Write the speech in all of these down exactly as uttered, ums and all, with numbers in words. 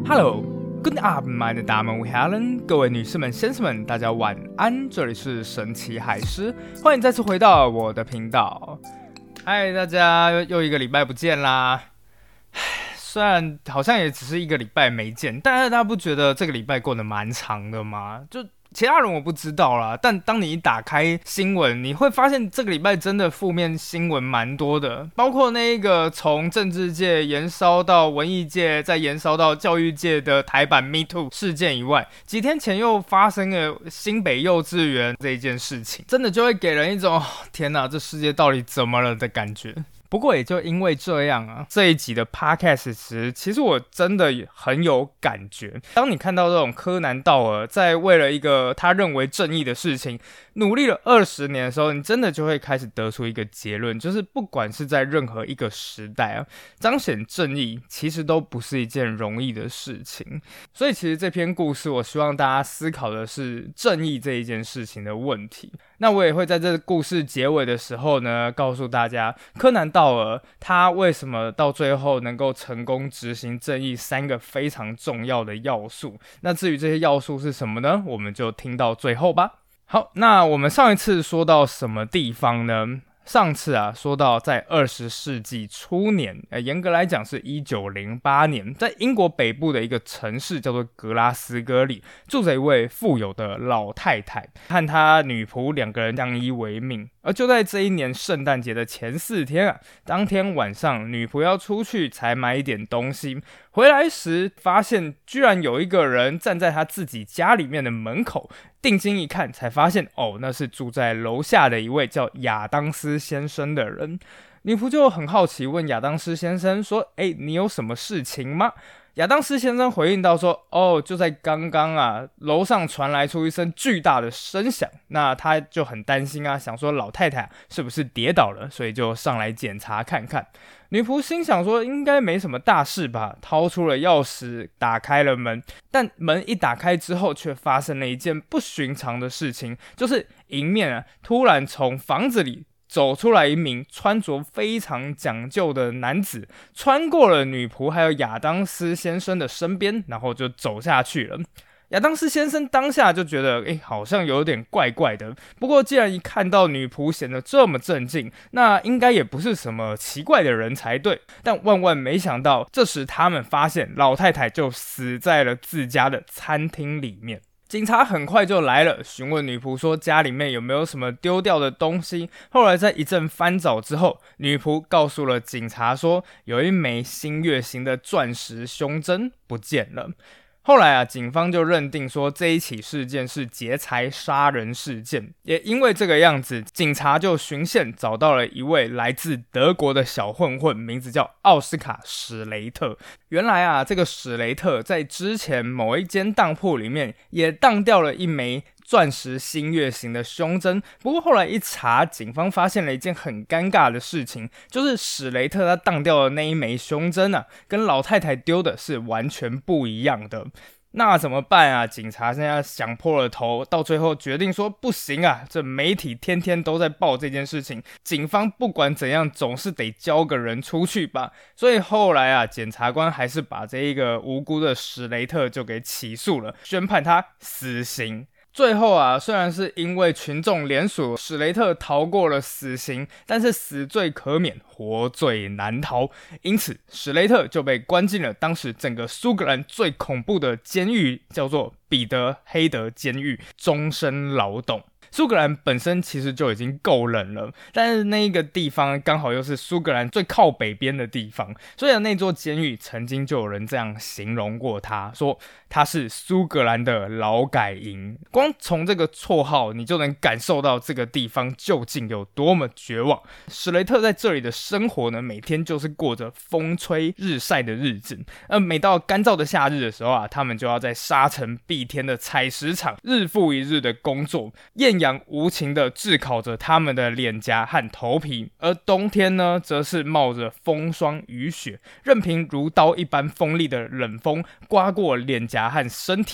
Hello, good afternoon, my damen und Herren，各位女士们、先生们，大家晚安。这里是神奇海狮，欢迎再次回到我的频道。嗨，大家又一个礼拜不见啦。虽然好像也只是一个礼拜没见，但是大家不觉得这个礼拜过得蛮长的吗？就其他人我不知道啦，但当你一打开新闻，你会发现这个礼拜真的负面新闻蛮多的，包括那一个从政治界延烧到文艺界，再延烧到教育界的台版 Me Too 事件以外，几天前又发生了新北幼稚园这一件事情，真的就会给人一种天哪，这世界到底怎么了的感觉。不过也就因为这样啊，这一集的 podcast 时，其实我真的很有感觉。当你看到这种柯南道尔在为了一个他认为正义的事情努力了二十年的时候，你真的就会开始得出一个结论，就是不管是在任何一个时代啊，彰显正义其实都不是一件容易的事情。所以其实这篇故事，我希望大家思考的是正义这一件事情的问题。那我也会在这个故事结尾的时候呢，告诉大家柯南道尔他为什么到最后能够成功执行正义三个非常重要的要素。那至于这些要素是什么呢？我们就听到最后吧。好，那我们上一次说到什么地方呢？上次啊，说到在二十世纪初年，呃，严格来讲是一九零八年，在英国北部的一个城市叫做格拉斯哥里，住着一位富有的老太太，和她女仆两个人相依为命。而就在这一年圣诞节的前四天啊，当天晚上女仆要出去采买一点东西，回来时发现居然有一个人站在她自己家里面的门口，定睛一看才发现哦，那是住在楼下的一位叫亚当斯先生的人。女仆就很好奇问亚当斯先生说，诶，你有什么事情吗？亚当斯先生回应到说，哦，就在刚刚啊，楼上传来出一声巨大的声响，那他就很担心啊，想说老太太是不是跌倒了，所以就上来检查看看。女仆心想说应该没什么大事吧，掏出了钥匙打开了门，但门一打开之后却发生了一件不寻常的事情，就是迎面啊突然从房子里走出来一名穿着非常讲究的男子，穿过了女仆还有亚当斯先生的身边，然后就走下去了。亚当斯先生当下就觉得，诶，好像有点怪怪的。不过既然一看到女仆显得这么镇静，那应该也不是什么奇怪的人才对。但万万没想到，这时他们发现老太太就死在了自家的餐厅里面。警察很快就来了，询问女仆说家里面有没有什么丢掉的东西。后来在一阵翻找之后，女仆告诉了警察说，有一枚新月形的钻石胸针不见了。后来啊，警方就认定说这一起事件是劫财杀人事件，也因为这个样子，警察就循线找到了一位来自德国的小混混，名字叫奥斯卡·史雷特。原来啊，这个史雷特在之前某一间当铺里面也当掉了一枚钻石新月形的胸针，不过后来一查，警方发现了一件很尴尬的事情，就是史雷特他当掉的那一枚胸针啊，跟老太太丢的是完全不一样的。那怎么办啊？警察现在想破了头，到最后决定说不行啊，这媒体天天都在报这件事情，警方不管怎样总是得交个人出去吧。所以后来啊，检察官还是把这一个无辜的史雷特就给起诉了，宣判他死刑。最后啊，虽然是因为群众联署，史雷特逃过了死刑，但是死罪可免，活罪难逃，因此史雷特就被关进了当时整个苏格兰最恐怖的监狱，叫做彼得黑德监狱，终身劳动。苏格兰本身其实就已经够冷了，但是那一个地方刚好又是苏格兰最靠北边的地方，所以那座监狱曾经就有人这样形容过它，说它是苏格兰的劳改营。光从这个绰号你就能感受到这个地方究竟有多么绝望。史雷特在这里的生活呢，每天就是过着风吹日晒的日子，而每到干燥的夏日的时候啊，他们就要在沙尘蔽天的采石场日复一日的工作，艳阳无情的炙烤着他们的脸颊和头皮，而冬天呢，则是冒着风霜雨雪，任凭如刀一般锋利的冷风刮过脸颊和身体。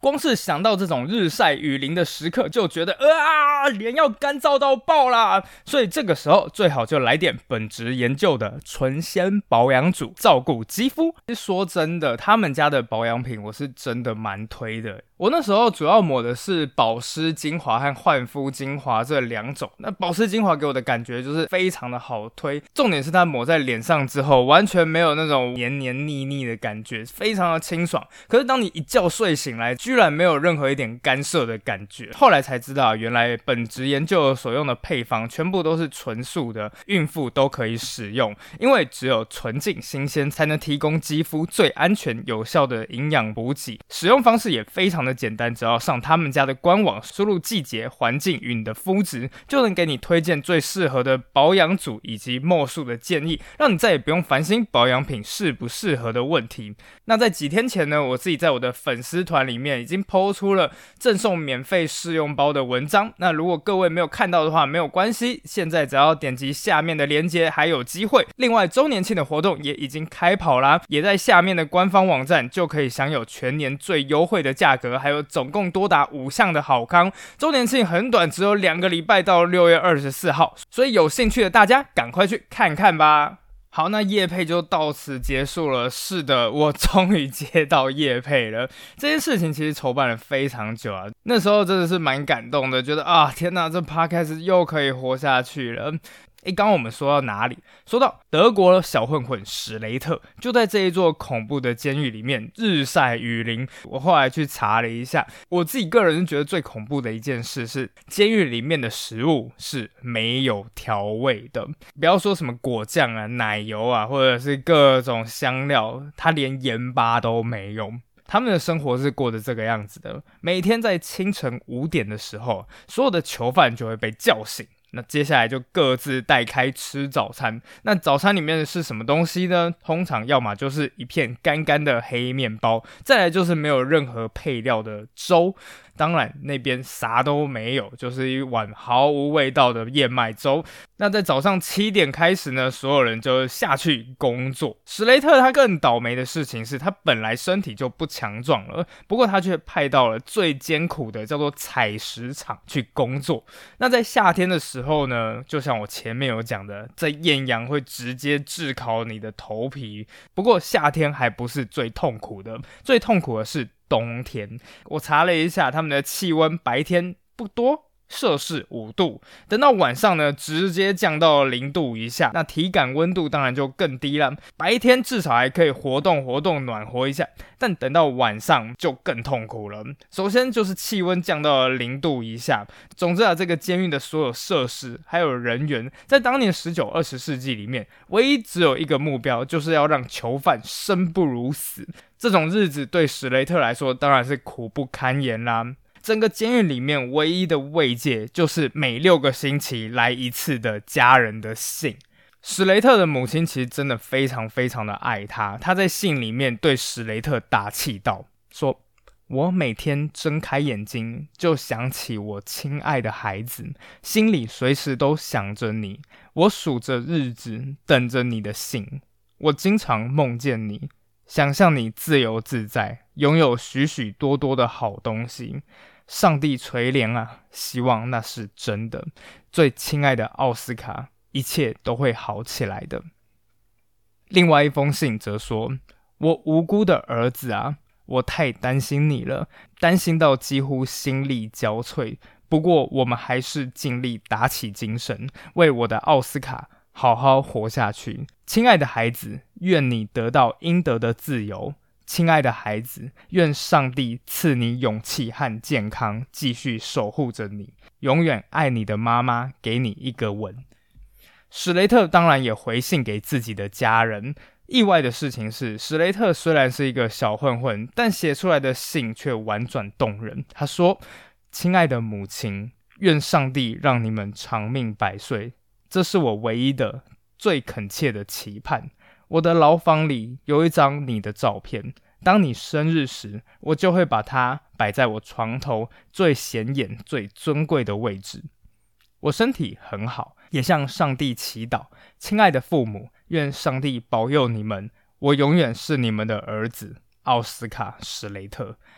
光是想到这种日晒雨淋的时刻，就觉得啊，脸要干燥到爆啦。所以这个时候最好就来点本质研究的纯鲜保养组，照顾肌肤。说真的，他们家的保养品我是真的蛮推的。我那时候主要抹的是保湿精华和焕肤精华这两种。那保湿精华给我的感觉就是非常的好推，重点是它抹在脸上之后，完全没有那种黏黏腻腻的感觉，非常的清爽。可是当你一觉睡醒来，居然没有任何一点干涉的感觉。后来才知道，原来本质研究所用的配方全部都是纯素的，孕妇都可以使用，因为只有纯净新鲜才能提供肌肤最安全有效的营养补给。使用方式也非常的简单，只要上他们家的官网，输入季节、环境与你的肤质，就能给你推荐最适合的保养组以及墨数的建议，让你再也不用烦心保养品适不适合的问题。那在几天前呢，我自己在我的粉丝团里面已经 po 出了赠送免费试用包的文章。那如果各位没有看到的话，没有关系，现在只要点击下面的链接还有机会。另外周年庆的活动也已经开跑啦，也在下面的官方网站就可以享有全年最优惠的价格，还有总共多达五项的好康。周年庆很短，只有两个礼拜到六月二十四号，所以有兴趣的大家赶快去看看吧。好，那业配就到此结束了。是的，我终于接到业配了。这件事情其实筹办了非常久啊，那时候真的是蛮感动的，觉得啊，天哪，这 podcast 又可以活下去了。诶，刚刚我们说到哪里？说到德国小混混史雷特就在这一座恐怖的监狱里面日晒雨淋。我后来去查了一下，我自己个人觉得最恐怖的一件事是，监狱里面的食物是没有调味的。不要说什么果酱啊、奶油啊，或者是各种香料，它连盐巴都没有。他们的生活是过得这个样子的，每天在清晨五点的时候，所有的囚犯就会被叫醒。那接下来就各自带开吃早餐。那早餐里面是什么东西呢？通常要么就是一片干干的黑面包，再来就是没有任何配料的粥。当然那边啥都没有，就是一碗毫无味道的燕麦粥。那在早上七点开始呢，所有人就下去工作。史雷特他更倒霉的事情是，他本来身体就不强壮了，不过他却派到了最艰苦的叫做采石场去工作。那在夏天的时候呢，就像我前面有讲的，在艳阳会直接炙烤你的头皮。不过夏天还不是最痛苦的，最痛苦的是冬天。我查了一下，他们的气温白天不多，摄氏五度，等到晚上呢，直接降到零度以下，那体感温度当然就更低了。白天至少还可以活动活动，暖和一下，但等到晚上就更痛苦了。首先就是气温降到了零度以下。总之啊，这个监狱的所有设施还有人员，在当年十九、二十世纪里面，唯一只有一个目标，就是要让囚犯生不如死。这种日子对史雷特来说当然是苦不堪言啦。整个监狱里面唯一的慰藉就是每六个星期来一次的家人的信。史雷特的母亲其实真的非常非常的爱他，他在信里面对史雷特打气道说，我每天睁开眼睛就想起我亲爱的孩子，心里随时都想着你，我数着日子等着你的信，我经常梦见你，想象你自由自在，拥有许许多多的好东西。上帝垂怜啊，希望那是真的。最亲爱的奥斯卡，一切都会好起来的。另外一封信则说，我无辜的儿子啊，我太担心你了，担心到几乎心力交瘁。不过我们还是尽力打起精神，为我的奥斯卡好好活下去。亲爱的孩子，愿你得到应得的自由。亲爱的孩子，愿上帝赐你勇气和健康，继续守护着你。永远爱你的妈妈，给你一个吻。史雷特当然也回信给自己的家人。意外的事情是，史雷特虽然是一个小混混，但写出来的信却婉转动人。他说，亲爱的母亲，愿上帝让你们长命百岁，这是我唯一的最恳切的期盼。我的牢房里有一张你的照片，当你生日时，我就会把它摆在我床头最显眼、最尊贵的位置。我身体很好，也向上帝祈祷。亲爱的父母，愿上帝保佑你们，我永远是你们的儿子，奥斯卡·史雷特。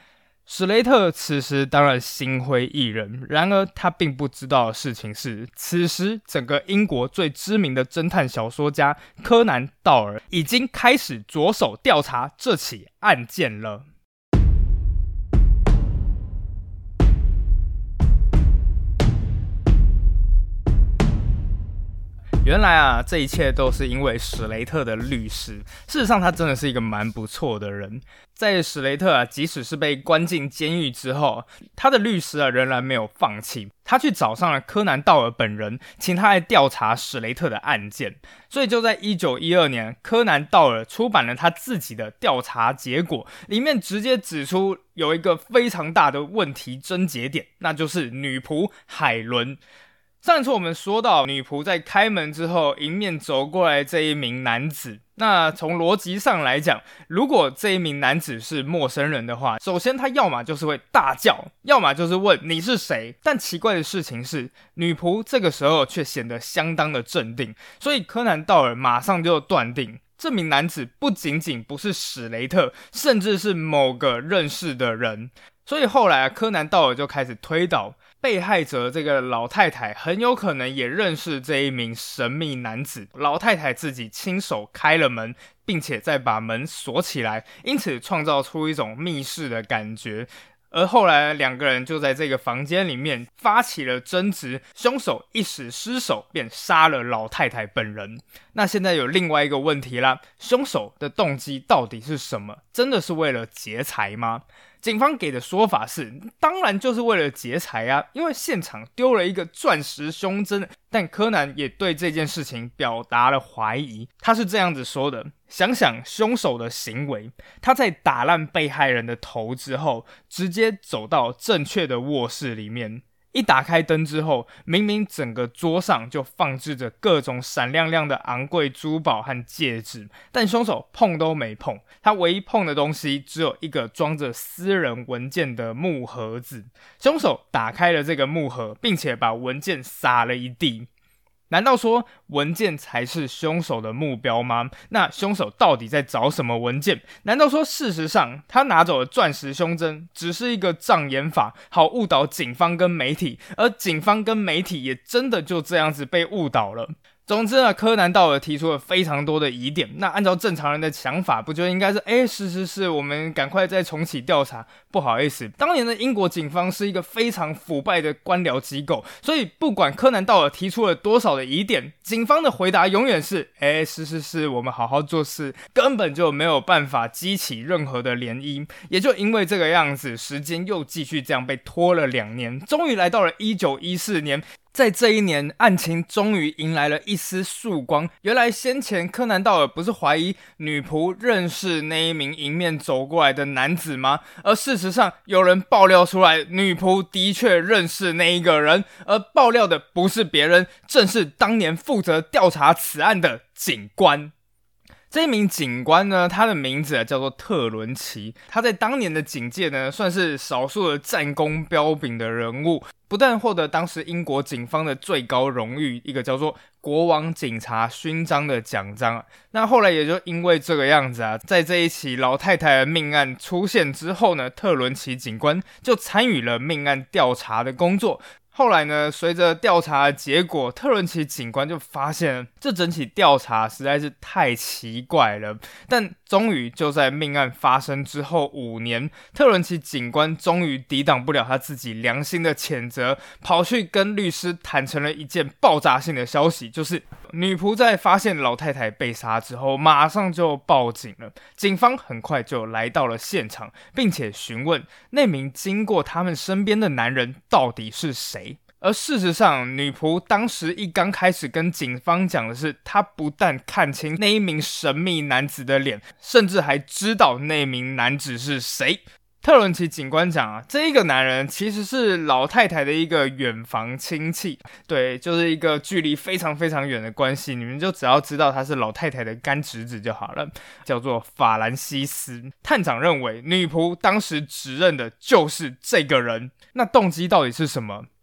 史雷特此时当然心灰意冷，然而他并不知道的事情是，此时整个英国最知名的侦探小说家柯南·道尔已经开始着手调查这起案件了。原来啊，这一切都是因为史雷特的律师。事实上，他真的是一个蛮不错的人。在史雷特啊，即使是被关进监狱之后，他的律师啊仍然没有放弃。他去找上了柯南·道尔本人，请他来调查史雷特的案件。所以就在一九一二年，柯南·道尔出版了他自己的调查结果，里面直接指出有一个非常大的问题症结点，那就是女仆海伦。上一次我们说到，女仆在开门之后迎面走过来这一名男子，那从逻辑上来讲，如果这一名男子是陌生人的话，首先他要么就是会大叫，要么就是问你是谁。但奇怪的事情是，女仆这个时候却显得相当的镇定，所以柯南·道尔马上就断定这名男子不仅仅不是史雷特，甚至是某个认识的人。所以后来柯南·道尔就开始推导，被害者这个老太太很有可能也认识这一名神秘男子，老太太自己亲手开了门，并且再把门锁起来，因此创造出一种密室的感觉。而后来两个人就在这个房间里面发起了争执，凶手一时失手便杀了老太太本人。那现在有另外一个问题啦，凶手的动机到底是什么？真的是为了劫财吗？警方给的说法是，当然就是为了劫财啊，因为现场丢了一个钻石胸针。但柯南也对这件事情表达了怀疑，他是这样子说的：想想凶手的行为，他在打烂被害人的头之后，直接走到正确的卧室里面。一打开灯之后，明明整个桌上就放置着各种闪亮亮的昂贵珠宝和戒指，但凶手碰都没碰，他唯一碰的东西只有一个装着私人文件的木盒子。凶手打开了这个木盒，并且把文件撒了一地。难道说文件才是凶手的目标吗？那凶手到底在找什么文件？难道说事实上他拿走了钻石胸针只是一个障眼法，好误导警方跟媒体，而警方跟媒体也真的就这样子被误导了？总之呢，柯南·道尔提出了非常多的疑点。那按照正常人的想法，不就应该是，哎，是是是，我们赶快再重启调查。不好意思，当年的英国警方是一个非常腐败的官僚机构，所以不管柯南·道尔提出了多少的疑点，警方的回答永远是，哎，是是是，我们好好做事，根本就没有办法激起任何的涟漪。也就因为这个样子，时间又继续这样被拖了两年，终于来到了一九一四年。在这一年，案情终于迎来了一丝曙光。原来先前柯南·道尔不是怀疑女仆认识那一名迎面走过来的男子吗？而事实上，有人爆料出来，女仆的确认识那一个人，而爆料的不是别人，正是当年负责调查此案的警官。这一名警官呢，他的名字、啊、叫做特伦奇，他在当年的警界呢，算是少数的战功彪炳的人物，不但获得当时英国警方的最高荣誉，一个叫做国王警察勋章的奖章。那后来也就因为这个样子啊，在这一起老太太的命案出现之后呢，特伦奇警官就参与了命案调查的工作。后来呢，随着调查的结果，特伦奇警官就发现这整起调查实在是太奇怪了。但终于就在命案发生之后五年，特伦奇警官终于抵挡不了他自己良心的谴责，跑去跟律师坦诚了一件爆炸性的消息，就是女仆在发现老太太被杀之后，马上就报警了。警方很快就来到了现场，并且询问那名经过他们身边的男人到底是谁。而事实上，女仆当时一刚开始跟警方讲的是，她不但看清那一名神秘男子的脸，甚至还知道那名男子是谁。特伦奇警官讲啊，这一个男人其实是老太太的一个远房亲戚，对，就是一个距离非常非常远的关系，你们就只要知道他是老太太的干侄子就好了，叫做法兰西斯。探长认为女仆当时指认的就是这个人，那动机到底是什么？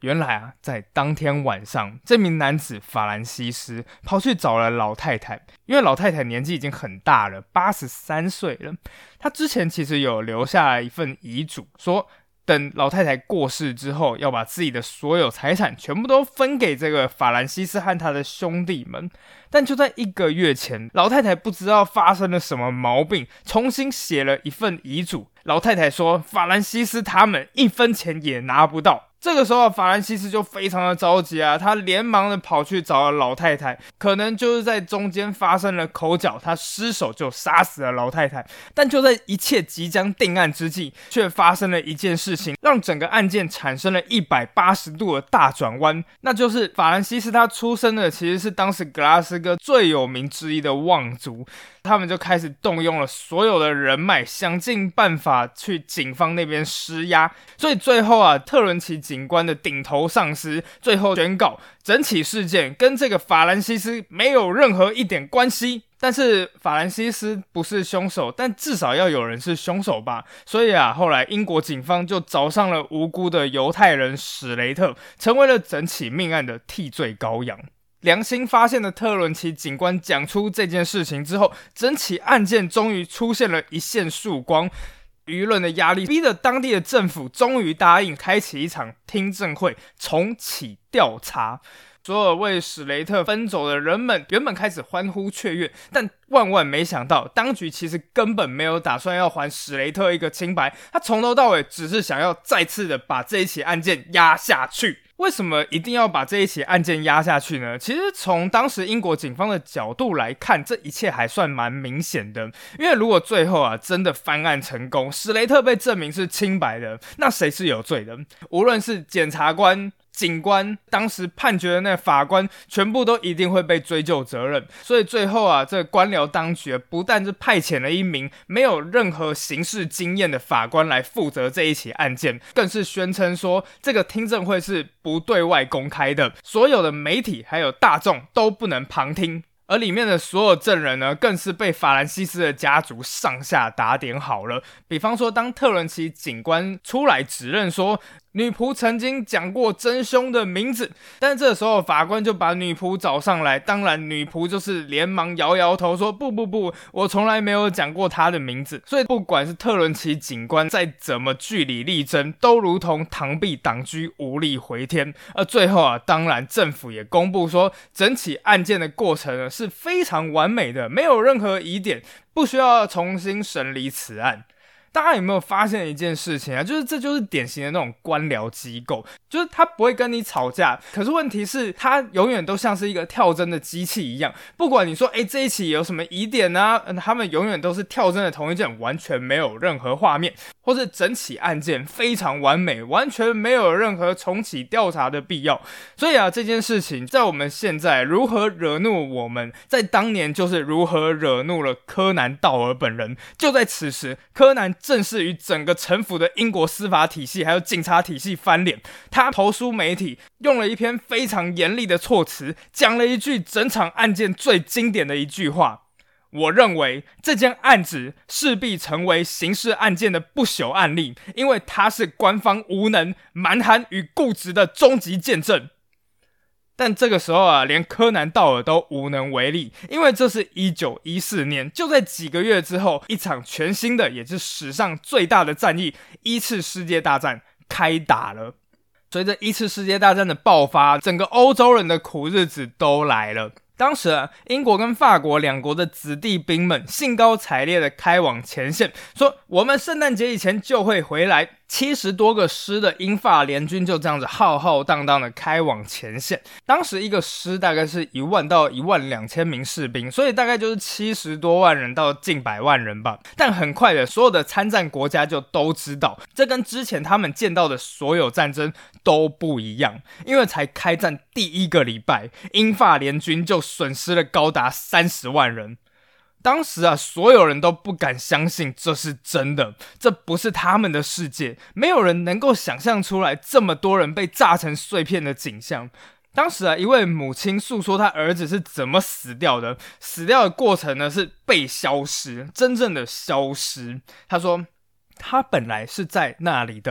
原来啊，在当天晚上，这名男子法兰西斯跑去找了老太太，因为老太太年纪已经很大了，八十三岁了。他之前其实有留下来一份遗嘱，说等老太太过世之后，要把自己的所有财产全部都分给这个法兰西斯和他的兄弟们。但就在一个月前，老太太不知道发生了什么毛病，重新写了一份遗嘱。老太太说，法兰西斯他们一分钱也拿不到。这个时候法兰西斯就非常的着急啊，他连忙的跑去找了老太太，可能就是在中间发生了口角，他失手就杀死了老太太。但就在一切即将定案之际，却发生了一件事情，让整个案件产生了一百八十度的大转弯，那就是法兰西斯他出生的其实是当时格拉斯哥最有名之一的望族，他们就开始动用了所有的人脉，想尽办法去警方那边施压。所以最后啊，特伦奇警官的顶头上司最后宣告，整起事件跟这个法兰西斯没有任何一点关系。但是法兰西斯不是凶手，但至少要有人是凶手吧。所以啊，后来英国警方就找上了无辜的犹太人史雷特，成为了整起命案的替罪羔羊。良心发现的特伦奇警官讲出这件事情之后，整起案件终于出现了一线曙光。舆论的压力逼得当地的政府终于答应开启一场听证会，重启调查。所有为史雷特分走的人们原本开始欢呼雀跃，但万万没想到，当局其实根本没有打算要还史雷特一个清白，他从头到尾只是想要再次的把这一起案件压下去。为什么一定要把这一起案件压下去呢？其实从当时英国警方的角度来看，这一切还算蛮明显的。因为如果最后啊真的翻案成功，史雷特被证明是清白的，那谁是有罪的？无论是检察官、警官，当时判决的那法官，全部都一定会被追究责任。所以最后啊，这个官僚当局不但是派遣了一名没有任何刑事经验的法官来负责这一起案件，更是宣称说这个听证会是不对外公开的，所有的媒体还有大众都不能旁听。而里面的所有证人呢，更是被法兰西斯的家族上下打点好了。比方说，当特伦奇警官出来指认说女仆曾经讲过真凶的名字，但是这个时候法官就把女仆找上来，当然女仆就是连忙摇摇头说不不不，我从来没有讲过她的名字。所以不管是特伦奇警官再怎么据理力争，都如同螳臂挡车，无力回天。而最后啊，当然政府也公布说，整起案件的过程呢是非常完美的，没有任何疑点，不需要重新审理此案。大家有没有发现一件事情啊？就是这就是典型的那种官僚机构，就是他不会跟你吵架，可是问题是他永远都像是一个跳针的机器一样，不管你说诶这一期有什么疑点啊，他们永远都是跳针的同一件，完全没有任何画面，或是整起案件非常完美，完全没有任何重启调查的必要。所以啊，这件事情在我们现在如何惹怒我们，在当年就是如何惹怒了柯南道尔本人。就在此时，柯南正式与整个臣服的英国司法体系还有警察体系翻脸。他投书媒体，用了一篇非常严厉的措辞，讲了一句整场案件最经典的一句话：我认为这件案子势必成为刑事案件的不朽案例，因为它是官方无能、蛮横与固执的终极见证。但这个时候啊，连柯南道尔都无能为力，因为这是一九一四年，就在几个月之后，一场全新的，也是史上最大的战役——一次世界大战开打了。随着一次世界大战的爆发，整个欧洲人的苦日子都来了。当时啊，英国跟法国两国的子弟兵们兴高采烈的开往前线，说我们圣诞节以前就会回来。七十多个师的英法联军就这样子浩浩荡荡的开往前线。当时一个师大概是一万到一万两千名士兵，所以大概就是七十多万人到近百万人吧。但很快的，所有的参战国家就都知道，这跟之前他们见到的所有战争都不一样，因为才开战第一个礼拜，英法联军就损失了高达三十万人。当时啊，所有人都不敢相信这是真的，这不是他们的世界，没有人能够想象出来这么多人被炸成碎片的景象。当时啊，一位母亲诉说他儿子是怎么死掉的，死掉的过程呢是被消失，真正的消失。他说他本来是在那里的，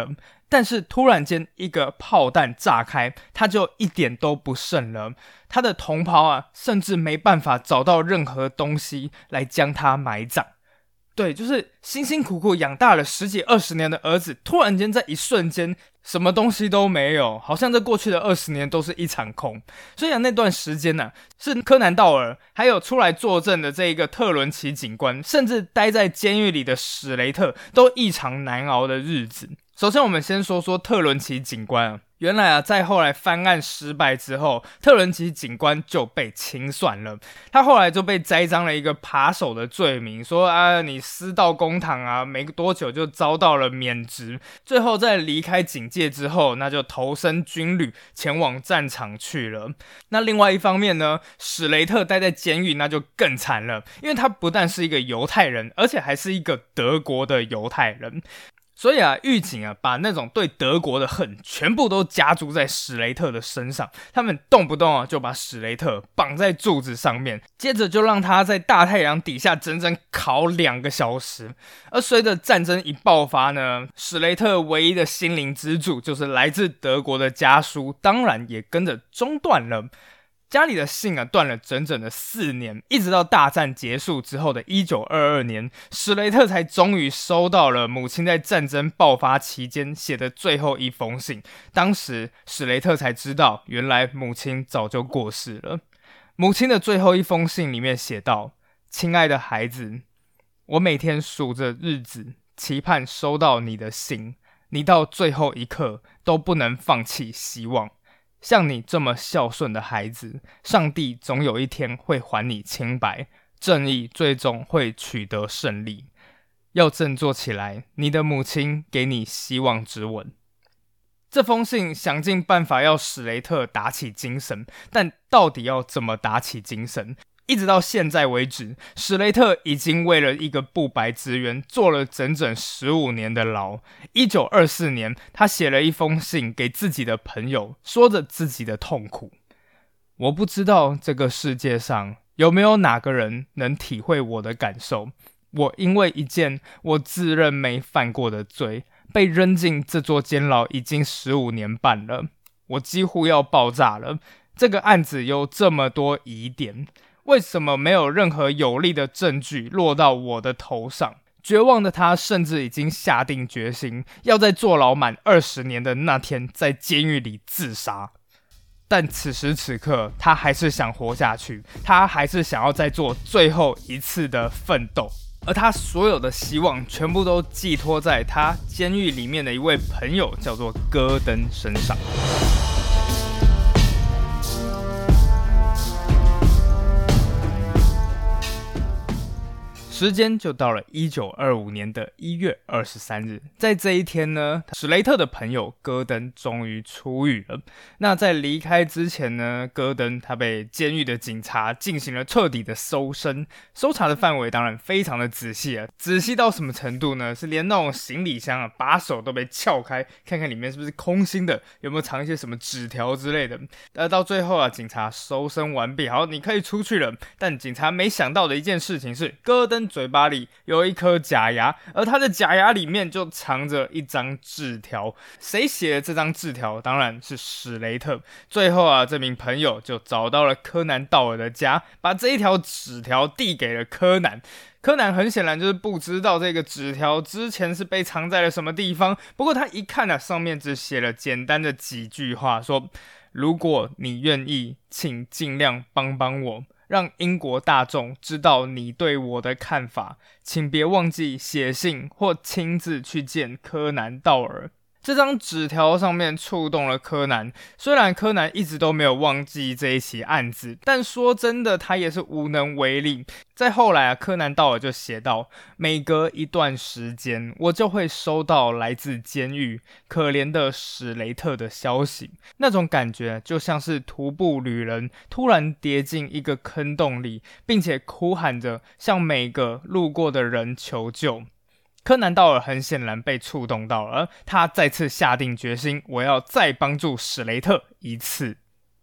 但是突然间一个炮弹炸开，他就一点都不剩了。他的同袍啊，甚至没办法找到任何东西来将他埋葬。对，就是辛辛苦苦养大了十几二十年的儿子，突然间在一瞬间什么东西都没有，好像这过去的二十年都是一场空。所以啊，那段时间呢、啊，是柯南道尔还有出来作证的这一个特伦奇警官，甚至待在监狱里的史雷特，都异常难熬的日子。首先我们先说说特伦奇警官啊，原来啊，在后来翻案失败之后，特伦奇警官就被清算了。他后来就被栽赃了一个扒手的罪名，说啊，你私盗公堂啊，没多久就遭到了免职。最后在离开警界之后，那就投身军旅，前往战场去了。那另外一方面呢，史雷特待在监狱那就更惨了，因为他不但是一个犹太人，而且还是一个德国的犹太人。所以啊，狱警啊，把那种对德国的恨全部都加诸在史雷特的身上。他们动不动啊，就把史雷特绑在柱子上面，接着就让他在大太阳底下整整烤两个小时。而随着战争一爆发呢，史雷特唯一的心灵支柱，就是来自德国的家书，当然也跟着中断了。家里的信啊，断了整整的四年，一直到大战结束之后的一九二二年，史雷特才终于收到了母亲在战争爆发期间写的最后一封信。当时史雷特才知道，原来母亲早就过世了。母亲的最后一封信里面写道：亲爱的孩子，我每天数着日子，期盼收到你的信，你到最后一刻都不能放弃希望。像你这么孝顺的孩子，上帝总有一天会还你清白，正义最终会取得胜利。要振作起来，你的母亲给你希望之吻。这封信想尽办法要史雷特打起精神，但到底要怎么打起精神？一直到现在为止，史雷特已经为了一个不白之冤坐了整整十五年的牢。一九二四年，他写了一封信给自己的朋友，说着自己的痛苦。我不知道这个世界上有没有哪个人能体会我的感受。我因为一件我自认没犯过的罪，被扔进这座监牢已经十五年半了。我几乎要爆炸了。这个案子有这么多疑点，为什么没有任何有力的证据落到我的头上？绝望的他甚至已经下定决心，要在坐牢满二十年的那天，在监狱里自杀。但此时此刻，他还是想活下去，他还是想要再做最后一次的奋斗。而他所有的希望，全部都寄托在他监狱里面的一位朋友，叫做戈登身上。时间就到了一九二五年的一月二十三日，在这一天呢，史雷特的朋友戈登终于出狱了。那在离开之前呢，戈登他被监狱的警察进行了彻底的搜身，搜查的范围当然非常的仔细啊，仔细到什么程度呢？是连那种行李箱啊把手都被撬开，看看里面是不是空心的，有没有藏一些什么纸条之类的。而到最后啊，警察搜身完毕，好，你可以出去了。但警察没想到的一件事情是，戈登嘴巴里有一颗假牙，而他的假牙里面就藏着一张字条。谁写的这张字条？当然是史雷特。最后啊，这名朋友就找到了柯南道尔的家，把这一条纸条递给了柯南。柯南很显然就是不知道这个纸条之前是被藏在了什么地方，不过他一看啊，上面只写了简单的几句话，说如果你愿意，请尽量帮帮我，让英国大众知道你对我的看法，请别忘记写信或亲自去见柯南道尔。这张纸条上面触动了柯南，虽然柯南一直都没有忘记这一起案子，但说真的，他也是无能为力。在后来啊，柯南道尔就写道：每隔一段时间，我就会收到来自监狱可怜的史雷特的消息，那种感觉就像是徒步旅人突然跌进一个坑洞里，并且哭喊着向每个路过的人求救。柯南道尔很显然被触动到了，他再次下定决心，我要再帮助史雷特一次。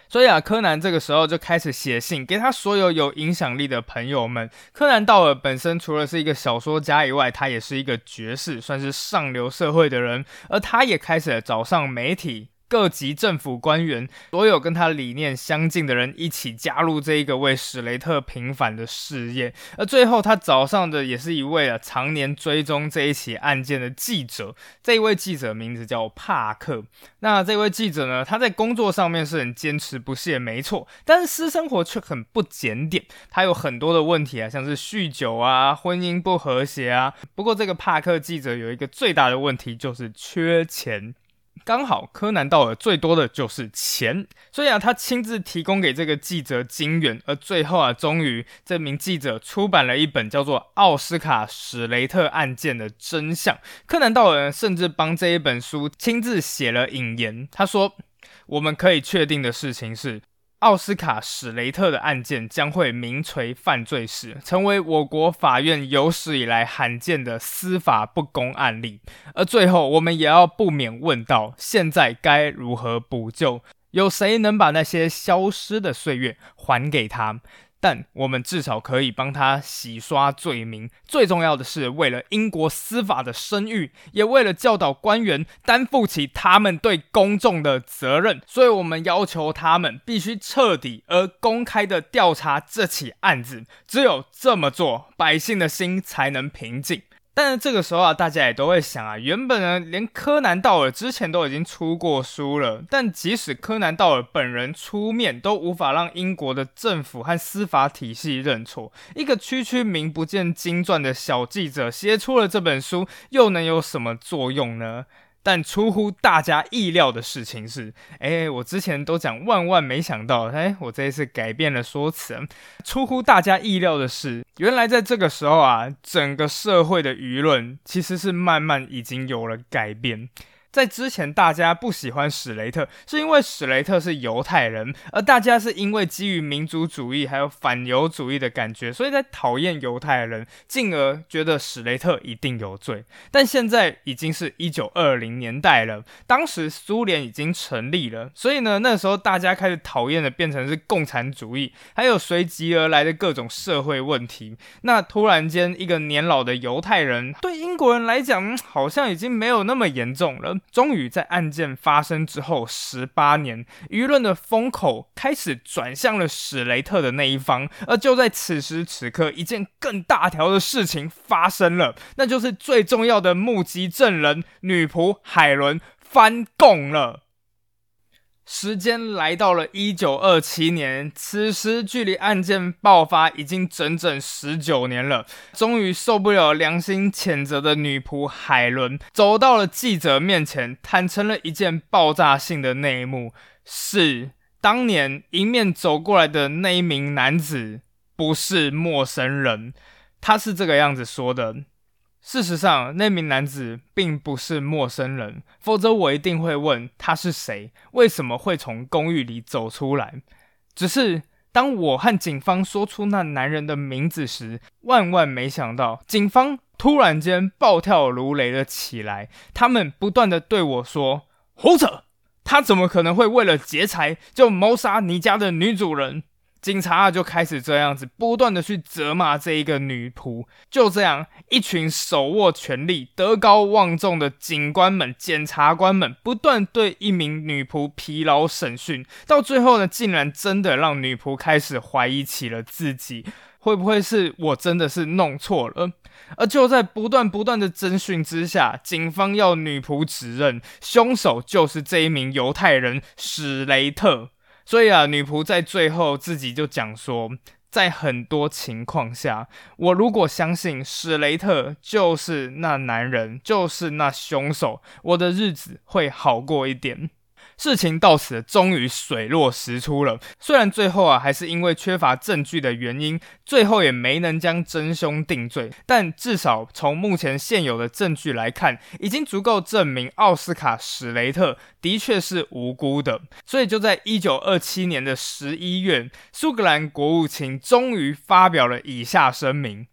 所以啊，柯南这个时候就开始写信给他所有有影响力的朋友们。柯南道尔本身除了是一个小说家以外，他也是一个爵士，算是上流社会的人，而他也开始找上媒体、各级政府官员，所有跟他理念相近的人一起加入这一个为史雷特平反的事业。而最后他找上的也是一位啊常年追踪这一起案件的记者，这一位记者名字叫帕克。那这位记者呢，他在工作上面是很坚持不懈没错，但是私生活却很不检点，他有很多的问题啊，像是酗酒啊、婚姻不和谐啊。不过这个帕克记者有一个最大的问题，就是缺钱。刚好柯南道尔最多的就是钱，所以啊，他亲自提供给这个记者金元，而最后啊，终于这名记者出版了一本叫做《奥斯卡史雷特案件的真相》。柯南道尔甚至帮这一本书亲自写了引言，他说：“我们可以确定的事情是，奥斯卡史雷特的案件将会名垂犯罪史，成为我国法院有史以来罕见的司法不公案例。而最后，我们也要不免问到：现在该如何补救？有谁能把那些消失的岁月还给他？但我们至少可以帮他洗刷罪名。最重要的是，为了英国司法的声誉，也为了教导官员担负起他们对公众的责任，所以我们要求他们必须彻底而公开的调查这起案子。只有这么做，百姓的心才能平静。”但是这个时候啊，大家也都会想啊，原本呢，连柯南道尔之前都已经出过书了，但即使柯南道尔本人出面，都无法让英国的政府和司法体系认错。一个区区名不见经传的小记者写出了这本书，又能有什么作用呢？但出乎大家意料的事情是，哎，我之前都讲万万没想到，哎，我这一次改变了说辞。出乎大家意料的是，原来在这个时候啊，整个社会的舆论其实是慢慢已经有了改变。在之前大家不喜欢史雷特，是因为史雷特是犹太人，而大家是因为基于民族主义还有反犹主义的感觉，所以在讨厌犹太人，进而觉得史雷特一定有罪。但现在已经是一九二零年代了，当时苏联已经成立了，所以呢，那时候大家开始讨厌的变成是共产主义，还有随即而来的各种社会问题。那突然间，一个年老的犹太人对英国人来讲，好像已经没有那么严重了。终于在案件发生之后十八年，舆论的风口开始转向了史雷特的那一方。而就在此时此刻，一件更大条的事情发生了，那就是最重要的目击证人女仆海伦翻供了。时间来到了一九二七年，此时距离案件爆发已经整整十九年了。终于受不了良心谴责的女仆海伦走到了记者面前，坦诚了一件爆炸性的内幕：是当年迎面走过来的那一名男子不是陌生人。他是这个样子说的：事实上，那名男子并不是陌生人，否则我一定会问他是谁，为什么会从公寓里走出来。只是当我和警方说出那男人的名字时，万万没想到，警方突然间暴跳如雷了起来。他们不断的对我说：“胡扯！他怎么可能会为了劫财就谋杀你家的女主人？”警察就开始这样子不断的去责骂这一个女仆。就这样，一群手握权力、德高望重的警官们、检察官们不断对一名女仆疲劳审讯，到最后呢，竟然真的让女仆开始怀疑起了自己，会不会是我真的是弄错了？而就在不断不断的侦讯之下，警方要女仆指认凶手就是这一名犹太人史雷特。所以啊，女仆在最后自己就讲说，在很多情况下，我如果相信史雷特就是那男人，就是那凶手，我的日子会好过一点。事情到此终于水落石出了，虽然最后啊还是因为缺乏证据的原因，最后也没能将真凶定罪，但至少从目前现有的证据来看，已经足够证明奥斯卡史雷特的确是无辜的。所以就在一九二七年的十一月，苏格兰国务卿终于发表了以下声明：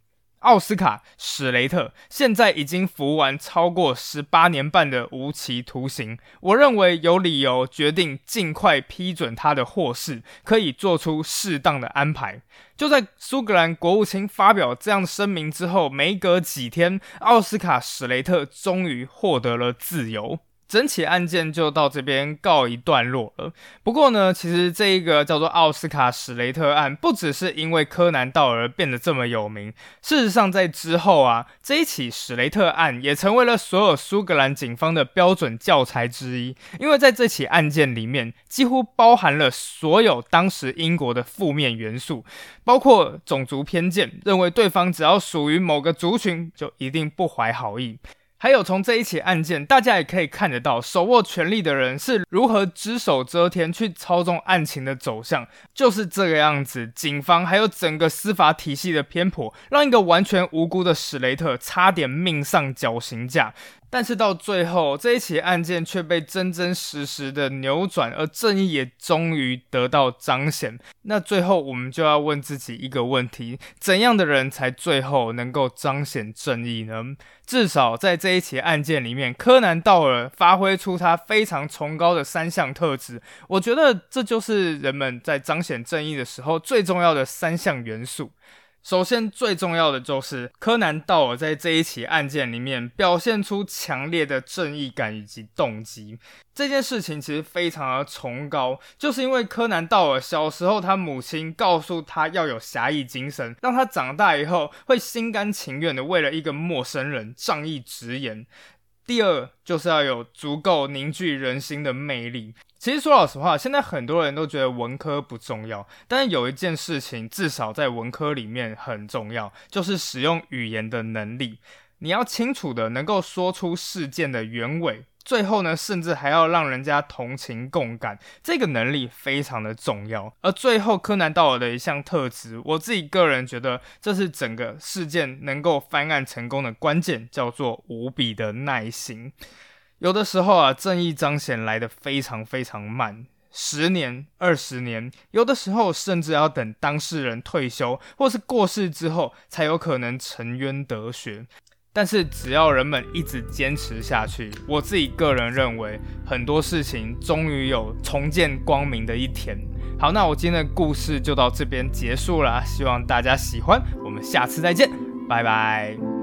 奥斯卡·史雷特现在已经服完超过十八年半的无期徒刑，我认为有理由决定尽快批准他的获释，可以做出适当的安排。就在苏格兰国务卿发表这样的声明之后，没隔几天，奥斯卡·史雷特终于获得了自由。整起案件就到这边告一段落了。不过呢，其实这一个叫做奥斯卡史雷特案，不只是因为柯南道尔变得这么有名，事实上在之后啊，这一起史雷特案也成为了所有苏格兰警方的标准教材之一。因为在这起案件里面，几乎包含了所有当时英国的负面元素，包括种族偏见，认为对方只要属于某个族群，就一定不怀好意。还有从这一起案件，大家也可以看得到，手握权力的人是如何只手遮天去操纵案情的走向，就是这个样子。警方还有整个司法体系的偏颇，让一个完全无辜的史雷特差点命丧绞刑架。但是到最后，这一起案件却被真真实实的扭转，而正义也终于得到彰显。那最后我们就要问自己一个问题：怎样的人才最后能够彰显正义呢？至少在这一起案件里面，柯南道尔发挥出他非常崇高的三项特质，我觉得这就是人们在彰显正义的时候最重要的三项元素。首先最重要的就是柯南道尔在这一起案件里面表现出强烈的正义感以及动机。这件事情其实非常的崇高，就是因为柯南道尔小时候他母亲告诉他要有侠义精神，让他长大以后会心甘情愿的为了一个陌生人仗义直言。第二就是要有足够凝聚人心的魅力。其实说老实话，现在很多人都觉得文科不重要，但是有一件事情至少在文科里面很重要，就是使用语言的能力。你要清楚的能够说出事件的原委，最后呢，甚至还要让人家同情共感，这个能力非常的重要。而最后柯南道尔的一项特质，我自己个人觉得这是整个事件能够翻案成功的关键，叫做无比的耐心。有的时候啊，正义彰显来得非常非常慢，十年、二十年，有的时候甚至要等当事人退休或是过世之后，才有可能沉冤得雪。但是只要人们一直坚持下去，我自己个人认为，很多事情终于有重见光明的一天。好，那我今天的故事就到这边结束啦，希望大家喜欢，我们下次再见，拜拜。